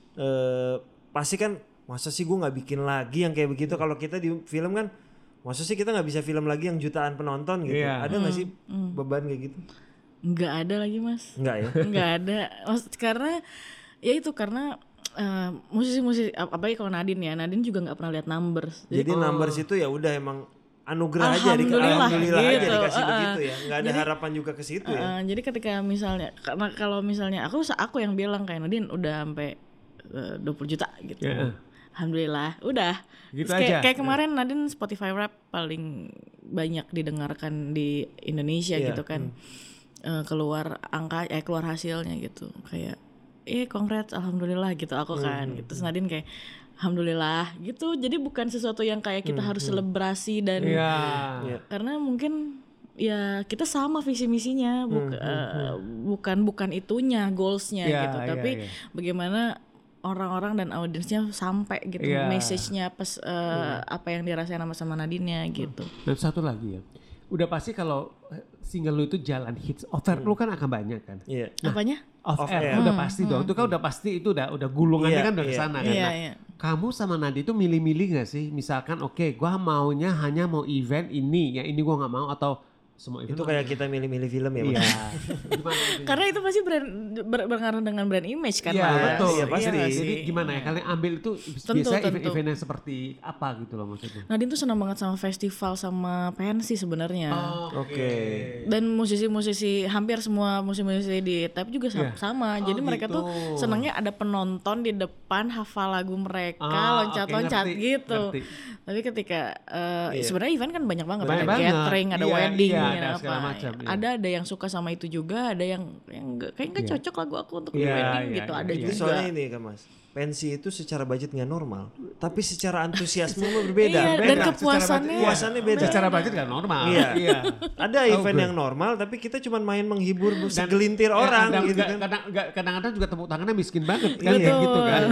eh pasti kan masa sih gue nggak bikin lagi yang kayak begitu. Kalau kita di film kan masa sih kita nggak bisa film lagi yang jutaan penonton gitu. Iya. Ada nggak sih beban kayak gitu? Nggak ada lagi mas. Nggak ya? Nggak ada. Maksud, karena ya itu karena uh, musisi-musisi ap- apalagi kalau Nadine ya Nadine juga nggak pernah lihat numbers. Jadi numbers itu ya udah emang anugerah aja di Alhamdulillah, alhamdulillah aja gitu. dikasih Uh, begitu ya. Nggak ada harapan juga ke situ ya. Uh, jadi ketika misalnya karena kalau misalnya aku aku yang bilang kayak Nadine udah sampai uh, dua puluh juta gitu. Ya. Alhamdulillah, udah. Gitu Terus kayak, aja. kayak kemarin Nadine Spotify Rap paling banyak didengarkan di Indonesia Iya, gitu kan. Eh, keluar angka eh keluar hasilnya gitu. Kayak eh congrats alhamdulillah gitu aku kan. Gitu. Terus Nadine kayak alhamdulillah gitu. Jadi bukan sesuatu yang kayak kita harus selebrasi dan Iya. Iya. karena mungkin ya kita sama visi misinya buk- eh, bukan bukan itunya goalsnya Iya, gitu iya, tapi iya. bagaimana orang-orang dan audiensnya sampai gitu Iya. message-nya pes, eh, apa yang dirasain sama sama Nadine-nya gitu. Dan satu lagi ya. Udah pasti kalau single lu itu jalan hits, offer lu kan akan banyak kan. Iya. Apanya? Off, Off air, air. udah pasti dong. Itu kan udah pasti itu udah udah gulungannya Iya, kan udah iya, kesana kan. iya, Nah, iya. kamu sama Nadi itu milih-milih gak sih? Misalkan oke, gua maunya hanya mau event ini, yang ini gua nggak mau atau semua event. Itu kayak kita milih-milih film ya. Iya. Mas? Gimana itu? Karena itu pasti brand ber, berpengaruh dengan brand image kan. Iya Mas? betul. Iya, pasti. nggak Jadi sih? gimana ya? Kalian ambil itu Tentu, biasanya tentu. event-event yang seperti apa gitu loh maksudnya? Nadine tuh senang banget sama festival sama pensi sebenarnya. Oh, Oke. Dan musisi-musisi hampir semua musisi-musisi di Tap juga sama. Iya. sama. Oh, Jadi mereka gitu. tuh senangnya ada penonton di depan hafal lagu mereka, Ah, loncat-loncat oke, ngerti, gitu. ngerti. Tapi ketika eh, Iya. sebenarnya event kan banyak banget, Banyak ada banget. catering, ada Iya, wedding, iya, ada ada apa. segala macam, iya. Ada ada yang suka sama itu juga, ada yang yang nggak- kayak nggak Iya. cocok lagu aku untuk Iya, wedding iya, gitu. iya, Ada iya. Itu juga. soalnya ini kan mas, pensi itu secara budget nggak normal, tapi secara antusiasme mah berbeda. Iya, Beda. dan Secara kepuasannya budget- Puasannya beda. Secara budget gak normal. Iya. iya. Ada Oh, event gue. yang normal, tapi kita cuma main menghibur Dan- segelintir eh, orang dan gitu nggak- kan. kadang- nggak- Kadang-kadang juga tepuk tangannya miskin banget kan Betul. kayak gitu kan.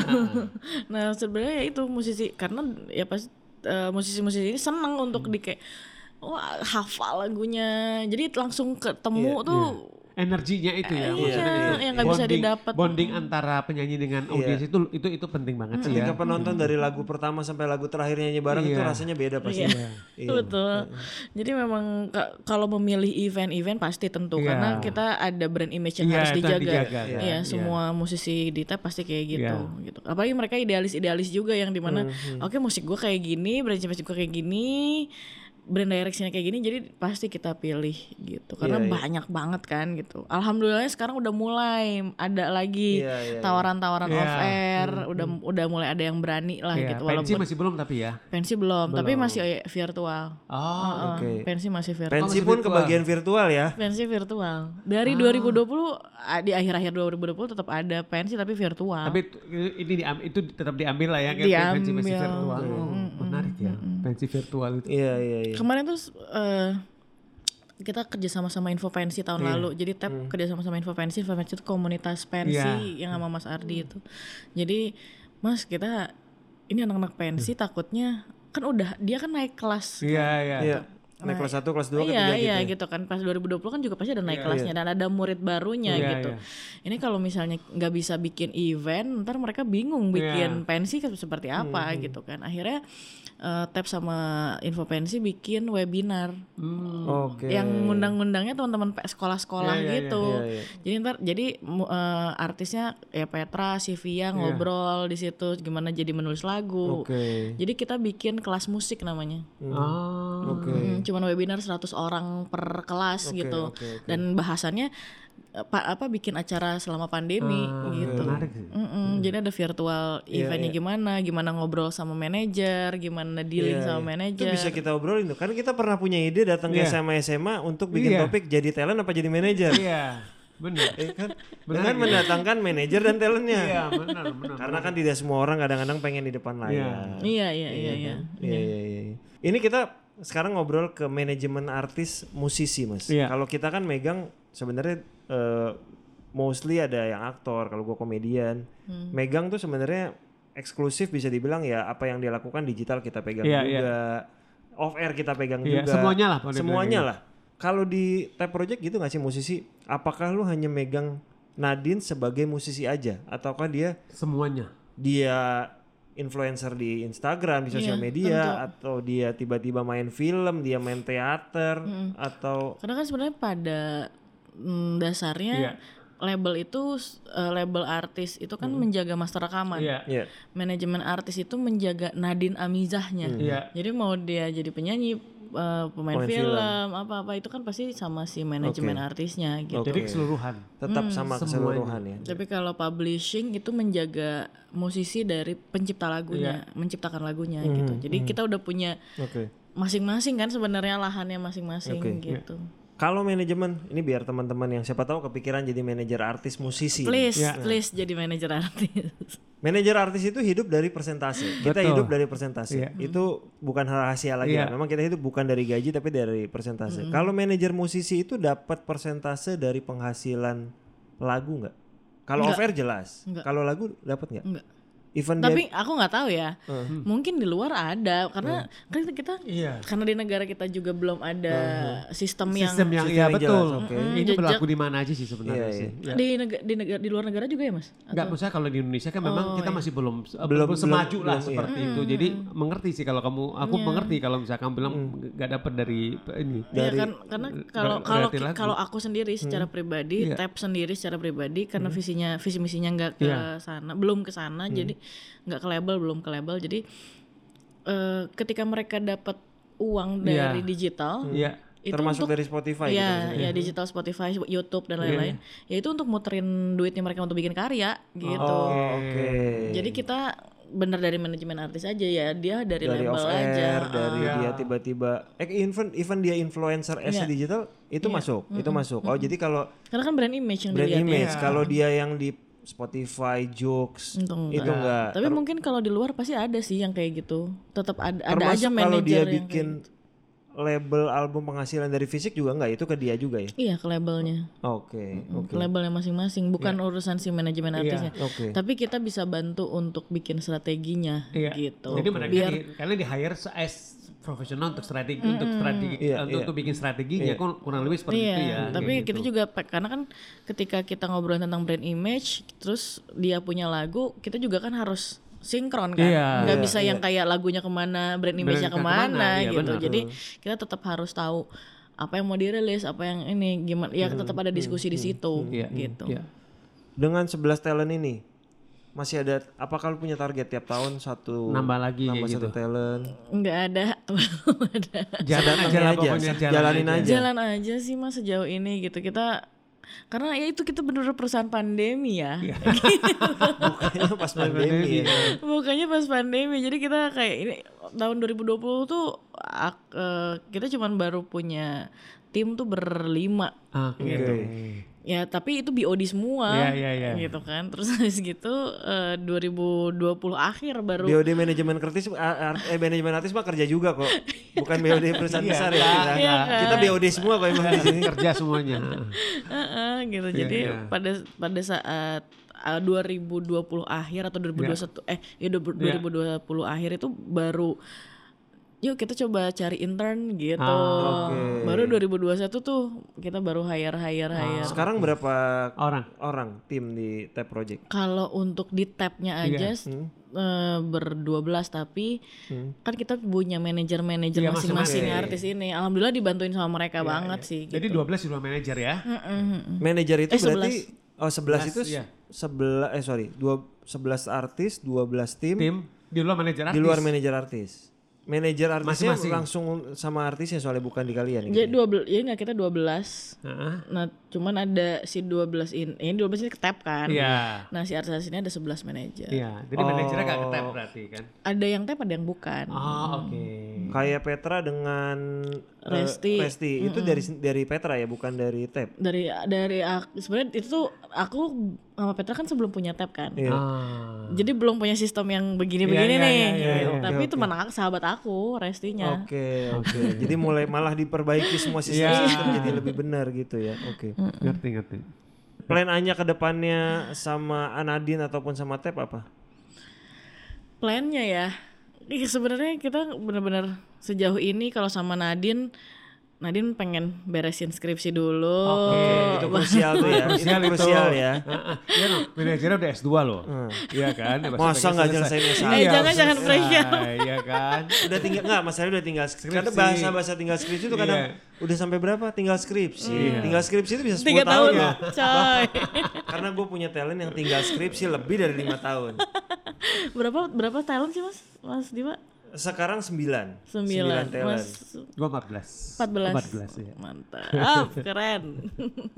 Nah sebenarnya ya itu musisi karena ya pas eh, musisi-musisi ini senang untuk di kayak wah hafal lagunya jadi langsung ketemu Iya, tuh Energinya itu ya. Iya, maksudnya itu. yang nggak bisa Bonding- didapat. Bonding antara penyanyi dengan audiens itu itu itu penting banget sih ya. Ketika penonton dari lagu pertama sampai lagu terakhir nyanyi bareng itu Iya. rasanya beda pasti. Iya. Iya. betul. Jadi memang ka- kalau memilih event-event pasti tentu Iya. karena kita ada brand image yang Iya, harus itu dijaga. dijaga, Iya, kan. Iya. semua musisi di Tap pasti kayak gitu, Iya. gitu. Apalagi mereka idealis-idealis juga yang dimana, Hmm, oke musik gue kayak gini, brand image gue kayak gini, brand directionnya kayak gini, jadi pasti kita pilih gitu. Karena Iya, iya. banyak banget kan gitu. Alhamdulillah sekarang udah mulai ada lagi Iya, iya, iya. tawaran-tawaran Iya. off air, udah udah mulai ada yang berani lah Iya, gitu. pensi Walaupun masih belum tapi ya. pensi belum, tapi Belum. masih virtual. Oh, Heeh, oke. pensi masih virtual. Pensi masih pun virtual. kebagian virtual ya. Pensi virtual. Dari dua ribu dua puluh ah, di akhir-akhir dua ribu dua puluh tetap ada pensi tapi virtual. tapi itu- ini diam- itu tetap diambil lah ya kan pensi masih Diambil. virtual. Oh, menarik ya. Pensi virtual itu. Iya iya iya. Kemarin tuh eh, kita kerja sama sama Info Pensi tahun Iya. lalu. Jadi Tap kerja sama sama Info Pensi. Info Pensi itu komunitas pensi Iya. yang sama Mas Ardi itu. Jadi Mas kita ini anak-anak pensi takutnya kan udah dia kan naik kelas. Iya, iya. Iya. Naik kelas satu, kelas dua, Iya ketiga iya gitu. gitu kan pas dua ribu dua puluh kan juga pasti ada naik Iya, kelasnya dan ada murid barunya Iya, gitu. iya. Ini kalau misalnya nggak bisa bikin event, ntar mereka bingung bikin Iya. pensi kan seperti apa gitu kan. Akhirnya eh, Tap sama Info Pensi bikin webinar Hmm. Oke. yang ngundang-ngundangnya teman-teman pe- sekolah-sekolah Iya, iya, iya, gitu. iya, iya. Jadi ntar jadi mu- eh, artisnya ya Petra, Sivia ngobrol di situ gimana jadi menulis lagu. Oke. Jadi kita bikin kelas musik namanya. Oh. Oke. Hmm, cuman webinar seratus orang per kelas Oke, gitu. oke, oke. Dan bahasannya apa apa bikin acara selama pandemi Ah, gitu. menarik sih. Mm-mm, Jadi ada virtual Iya, eventnya iya. gimana, gimana ngobrol sama manajer, gimana dealing Iya, sama iya. manajer. Itu bisa kita obrolin tuh. Kan kita pernah punya ide datang ke Iya. S M A S M A untuk bikin Iya. topik jadi talent apa jadi manajer. Iya, benar. Eh, kan? Benar, Dengan iya. mendatangkan manajer dan talentnya. Iya, benar, benar. Karena kan tidak semua orang kadang-kadang pengen di depan layar. Iya iya iya iya. Iya, iya, iya. Ini kita sekarang ngobrol ke manajemen artis musisi, Mas. Iya. Kalau kita kan megang sebenarnya eh, mostly ada yang aktor, kalau gua komedian. Hmm. Megang tuh sebenarnya eksklusif bisa dibilang ya apa yang dia lakukan digital kita pegang Iya, juga. Off air kita pegang Iya, juga. semuanya lah, boleh bilang Semuanya gitu. lah. Kalau di Tap Project gitu nggak sih musisi? Apakah lu hanya megang Nadine sebagai musisi aja ataukah dia Semuanya. dia influencer di Instagram, di sosial Iya, media, atau dia tiba-tiba main film, dia main teater, atau Karena kan sebenarnya pada mm, dasarnya Iya. label itu uh, label artis itu kan menjaga master rekaman. Iya. ya Manajemen artis itu menjaga Nadine Amizahnya. Iya. Jadi mau dia jadi penyanyi, uh, pemain Pemain film, apa-apa itu kan pasti sama si manajemen Oke. artisnya gitu. Jadi keseluruhan. tetap Hmm, sama semuanya. keseluruhan ya. Tapi kalau publishing itu menjaga musisi dari pencipta lagunya, menciptakan lagunya gitu. Jadi kita udah punya Oke. masing-masing kan sebenarnya lahannya masing-masing Oke. gitu. Kalau manajemen, ini biar teman-teman yang siapa tahu kepikiran jadi manajer artis musisi. Please, Ya. please jadi manajer artis. Manajer artis itu hidup dari persentase. Kita Betul. hidup dari persentase. Iya. Itu bukan rahasia lagi. Iya. lah. Memang kita hidup bukan dari gaji tapi dari persentase. Kalau manajer musisi itu dapat persentase dari penghasilan lagu nggak? Kalau off air jelas. Enggak. Kalau lagu dapat nggak? Enggak. Even Tapi dia aku nggak tahu ya. Mungkin di luar ada karena kan kita Iya. karena di negara kita juga belum ada sistem yang Sistem yang sistem iya yang betul. jelas, oke. Ini Jejak- berlaku di mana aja sih sebenarnya Iya, sih. iya. Ya. di negara di negara di luar negara juga ya, Mas? Enggak, maksudnya kalau di Indonesia kan memang kita masih belum Belum- belum semaju belum- lah belum, seperti itu. Jadi mengerti sih kalau kamu aku mengerti kalau misalkan kamu bilang nggak dapat dari ini. Iya kan karena kalau ber- kalau berarti lagu. kalau aku sendiri secara pribadi, Iya. tap sendiri secara pribadi karena visinya visi misinya nggak ke Iya. sana, belum ke sana, jadi nggak ke label, belum ke label. Jadi eh, ketika mereka dapat uang Iya. dari digital, Iya. itu termasuk untuk dari Spotify gitu ya, maksudnya. ya digital Spotify, YouTube dan Iya. lain-lain. Ya itu untuk muterin duitnya mereka untuk bikin karya gitu. Oh, oke. Jadi kita bener dari manajemen artis aja ya, dia dari, dari label off aja. air, dari Iya. dia tiba-tiba eh even even dia influencer as a Iya. digital itu masuk, itu masuk. Oh, jadi kalau Karena kan brand image yang brand dilihat ya. image, kalau dia yang di Spotify, Joox, Untung itu enggak. Tapi mungkin kalau di luar pasti ada sih yang kayak gitu. Tetap ada, ada Termasuk aja kalau manajer dia yang bikin kayak gitu. label album penghasilan dari fisik juga enggak, itu ke dia juga ya. Iya, ke labelnya. Oke, oke. Ke labelnya masing-masing, bukan urusan si manajemen artisnya. Oke. Tapi kita bisa bantu untuk bikin strateginya Iya. gitu. Jadi mereka Biar di, karena di hire as profesional untuk strategi untuk strategi Iya, untuk, iya. untuk bikin strateginya kurang, kurang lebih seperti iya, itu ya. tapi kayak kita gitu. juga pe- karena kan ketika kita ngobrolin tentang brand image, terus dia punya lagu, kita juga kan harus sinkron kan, Iya, nggak iya, bisa yang kayak lagunya kemana, brand image-nya Brand kemana, kemana, iya, gitu. benar. Jadi kita tetap harus tahu apa yang mau dirilis, apa yang ini gimana, ya tetap ada diskusi di situ, Iya, gitu. iya. Dengan sebelas talent ini masih ada apakah lu punya target tiap tahun satu Nambah lagi nambah kayak satu gitu. talent? Nggak ada, belum ada. Jalan aja Datangnya lah aja, pokoknya jalan jalanin aja. Jalan aja sih mas sejauh ini gitu kita. Karena ya itu kita bener-bener perusahaan pandemi ya. Bukannya pas pandemi ya. Bukannya pas pandemi. Jadi kita kayak ini tahun dua ribu dua puluh tuh ak- eh, kita cuman baru punya tim tuh berlima. Oke. Gitu. Ya tapi itu B O D semua. Iya, iya, iya. Gitu kan. Terus habis gitu eh, dua ribu dua puluh akhir baru B O D manajemen artis a- ar- eh manajemen artis mah kerja juga kok. Bukan B O D perusahaan Iya, besar ya kan? kita. Iya, kan? Kita B O D semua kok emang di sini. Kerja semuanya. Heeh, gitu. Iya, Jadi iya. pada pada saat uh, dua ribu dua puluh akhir atau dua ribu dua puluh satu eh ya dua ribu dua puluh akhir itu baru yuk kita coba cari intern gitu. Ah, oke. Baru dua ribu dua puluh satu tuh kita baru hire hire hire. Sekarang berapa Orang. orang tim di Tap Project? Kalau untuk di tabnya aja Iya. s- eh, berdua belas tapi kan kita punya manajer-manajer Iya, masing-masing masing-masing. artis ini. Alhamdulillah dibantuin sama mereka Iya, banget iya. sih. Jadi gitu. dua belas di luar manajer ya. Manajer itu Eh, berarti oh sebelas itu Iya. sebelas eh sorry, dua sebelas artis, dua belas tim, Tim di luar manajer artis. di luar manajer artis. manajer artisnya Masing-masing. langsung sama artisnya soalnya bukan di kalian. Jadi Gitu. dua belas, ya nggak kita dua belas. Heeh. Nah, cuman ada si dua belas ini, ini dua belas ini ketap kan. Iya. Nah, si artis ini ada sebelas manajer. Iya, jadi Oh. manajernya gak ketep berarti kan? Ada yang tap, ada yang bukan. Oh, oke. Kayak Petra dengan eh, Resti. Resti itu dari dari Petra ya, bukan dari Tap. Dari dari aku sebenarnya itu tuh aku sama Petra kan sebelum punya tap kan. Iya. Ah. Jadi belum punya sistem yang begini-begini Iya, iya, nih. iya, iya, gitu. iya. Tapi Oke, teman aku, sahabat aku, Restinya. Oke, oke. Jadi mulai malah diperbaiki semua Iya. sistem-sistem jadi lebih benar gitu ya. Oke. Ngerti, ngerti. Plan Anya ke depannya sama Anadin ataupun sama Tap apa? Plannya ya, ih, sebenarnya kita benar-benar sejauh ini kalau sama Nadine, Nadine pengen beresin skripsi dulu. Oke, itu krusial tuh ya. Krusial itu itu. krusial ya. Iya loh, manajernya udah S dua loh. Iya kan? Udah Masa pengen nggak selesai. nyelesain S satu? Eh, Iya, jangan- jangan selesai, pressure. Iya kan? Udah tinggal nggak? Masalahnya udah tinggal skripsi. Karena Skripsi. bahasa-bahasa tinggal skripsi itu kadang Iya. udah sampai berapa? Tinggal skripsi. Iya. Tinggal skripsi itu bisa sepuluh Tiga tahun, tahun ya. coy. Karena gue punya talent yang tinggal skripsi lebih dari lima tahun. berapa berapa talent sih mas, Mas Diva? Sekarang sembilan. Sembilan, talent. Mas Gua empat belas. empat belas. empat belas ya. Mantap, keren.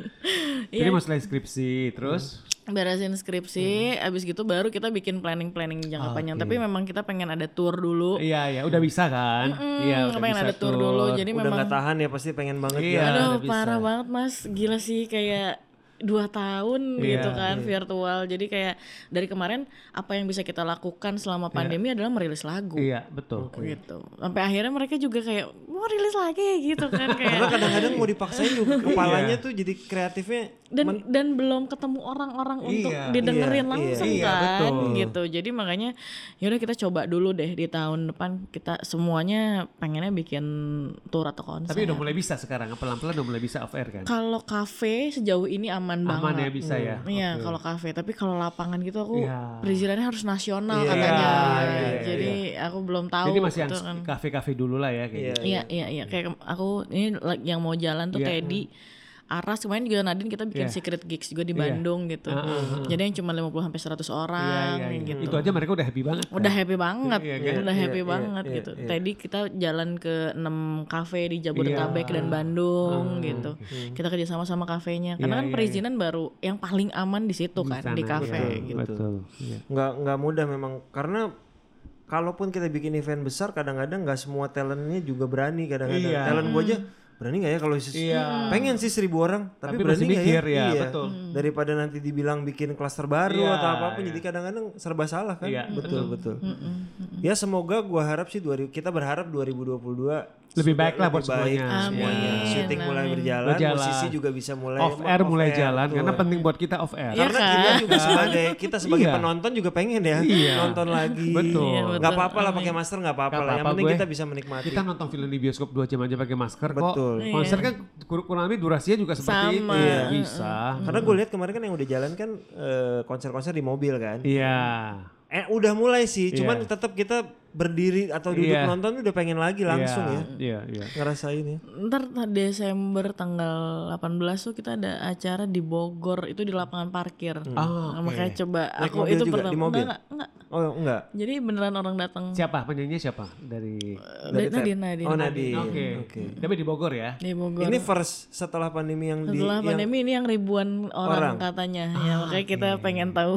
Jadi Iya, mau selain skripsi terus beresin skripsi, abis gitu baru kita bikin planning-planning jangka Oke. panjang. Tapi memang kita pengen ada tour dulu. iya ya udah bisa kan? Iya, udah pengen bisa ada tour dulu. Jadi Udah memang nggak tahan ya pasti pengen banget Iya. ya. aduh udah bisa. parah banget mas, gila sih kayak dua tahun Iya, gitu kan virtual. Jadi kayak dari kemarin apa yang bisa kita lakukan selama pandemi adalah merilis lagu. Iya, betul. Gitu. Sampai akhirnya mereka juga kayak mau rilis lagi gitu kan Karena kayak kadang-kadang mau dipaksain juga kepalanya Iya. tuh jadi kreatifnya. dan dan belum ketemu orang-orang untuk Iya, didengerin iya, langsung iya, kan betul. gitu. Jadi makanya yaudah kita coba dulu deh di tahun depan kita semuanya pengennya bikin tour atau konser. Tapi udah mulai bisa sekarang, pelan-pelan udah mulai bisa off air kan? Kalau kafe sejauh ini aman, Aman ya banget. bisa ya. Iya, Oke. kalau kafe, tapi kalau lapangan gitu aku Iya. perizinannya harus nasional Iya, katanya. iya, iya, Jadi aku belum tahu. Jadi masih yang gitu kan. kafe-kafe dulu lah ya kayak gitu. Iya, iya, iya. Kayak aku ini la- yang mau jalan tuh Iya. Teddy, Aras, kemarin juga Nadine kita bikin Iya. secret gigs juga di Iya. Bandung gitu. Ah, ah, ah. Jadi yang cuma lima puluh sampai seratus orang Iya, iya, iya. gitu. Itu aja mereka udah happy banget. Udah kan? happy banget, Iya, kan? udah Iya, happy iya, banget iya, gitu. iya. Tadi kita jalan ke enam kafe di Jabodetabek Iya. dan Bandung gitu. Kita kerjasama sama kafenya. Karena Iya, kan iya, perizinan baru yang paling aman di situ kan, sana, di kafe betul, gitu. Betul. Iya. Nggak nggak mudah memang karena kalaupun kita bikin event besar kadang-kadang nggak semua talentnya juga berani kadang-kadang. Iya. Talent gue aja berani nggak ya kalau sis- Iya. pengen sih seribu orang tapi, Tapi berani masih nggak mikir, ya? ya, Iya. betul. Daripada nanti dibilang bikin klaster baru Iya, atau apapun iya. jadi kadang-kadang serba salah kan. Iya, betul betul. Ya semoga gua harap sih dua ribu kita berharap dua ribu dua puluh dua Lebih sudah baik lah buat lebih baik semuanya. semuanya. Amin, Syuting mulai amin. berjalan, Berjalan. musisi juga bisa mulai Off air mulai jalan betul. karena penting buat kita off air. Iya Karena kan? kita juga sebagai kita sebagai Iya. penonton juga pengen ya Iya. nonton lagi. Betul. Iya, Nggak betul. apa-apa lah pakai masker nggak apa-apa Nggak lah. Yang apa-apa, penting gue. kita bisa menikmati. Kita nonton film di bioskop dua jam aja pakai masker kok. Betul. Konser kan kur- kurang lebih durasinya juga seperti Sama. itu. Iya. Bisa. Karena gue lihat kemarin kan yang udah jalan kan eh, konser-konser di mobil kan. Iya. Eh udah mulai sih, cuman Iya. tetap kita berdiri atau duduk Iya. nonton udah pengen lagi langsung Iya, ya. Iya, iya. Ngerasain ya. Ntar t- Desember tanggal delapan belas tuh kita ada acara di Bogor, itu di lapangan parkir. Ah, Nah, oke. makanya coba Naik aku mobil itu juga, pertama di mobil? enggak, enggak, Oh enggak. jadi beneran orang datang. Siapa penyanyinya siapa dari Dari Nadine, Nadine, Nadine. Oh Nadine. Oke. Oke. Tapi di Bogor ya. Di Bogor. Ini first setelah pandemi yang di Setelah yang- pandemi ini yang ribuan orang, Orang. katanya, ya makanya kita pengen tahu.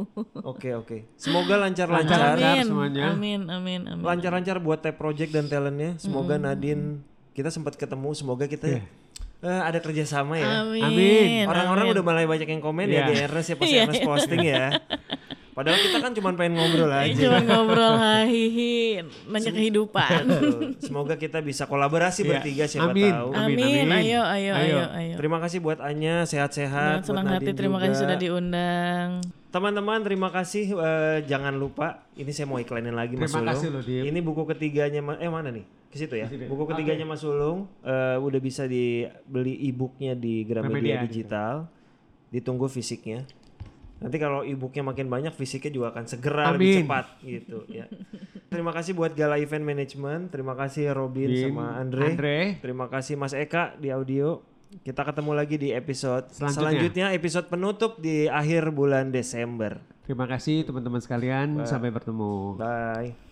Oke oke. Semoga lancar-lancar. Lancar amin, semuanya. amin, amin, amin. Lancar-lancar buat Tap Project dan talentnya. Semoga Nadine kita sempat ketemu. Semoga kita Iya. eh, ada kerjasama ya. Amin. Amin. Orang-orang amin. udah mulai banyak yang komen Iya. ya di Ernest ya pas Iya, Ernest iya. posting ya. Padahal kita kan cuma pengen ngobrol aja. Cuma ngobrol hahihi, nanya kehidupan. Betul. Semoga kita bisa kolaborasi Iya. bertiga siapa Amin. tahu. Amin, Amin, amin. ayo, ayo, Ayo. ayo, ayo. Terima kasih buat Anya, sehat-sehat. Dengan senang buat hati, Nadine terima kasih juga. sudah diundang. Teman-teman terima kasih. Eh, jangan lupa, ini saya mau iklanin lagi Mas Terima Sulung. kasih loh, Dim. Ini buku ketiganya, Ma- eh mana nih? Ke situ ya. Ke situ. Buku ketiganya Mas Sulung eh, udah bisa dibeli e-booknya di Gramedia Gramedia, Digital. Ditunggu fisiknya. Nanti kalau e-booknya makin banyak, fisiknya juga akan segera lebih Amin. cepat gitu ya. Terima kasih buat Gala Event Management. Terima kasih Robin Din, sama Andre. Andre. Terima kasih Mas Eka di audio. Kita ketemu lagi di episode Selanjutnya. selanjutnya, episode penutup di akhir bulan Desember. Terima kasih teman-teman sekalian. Sampai bertemu. Bye.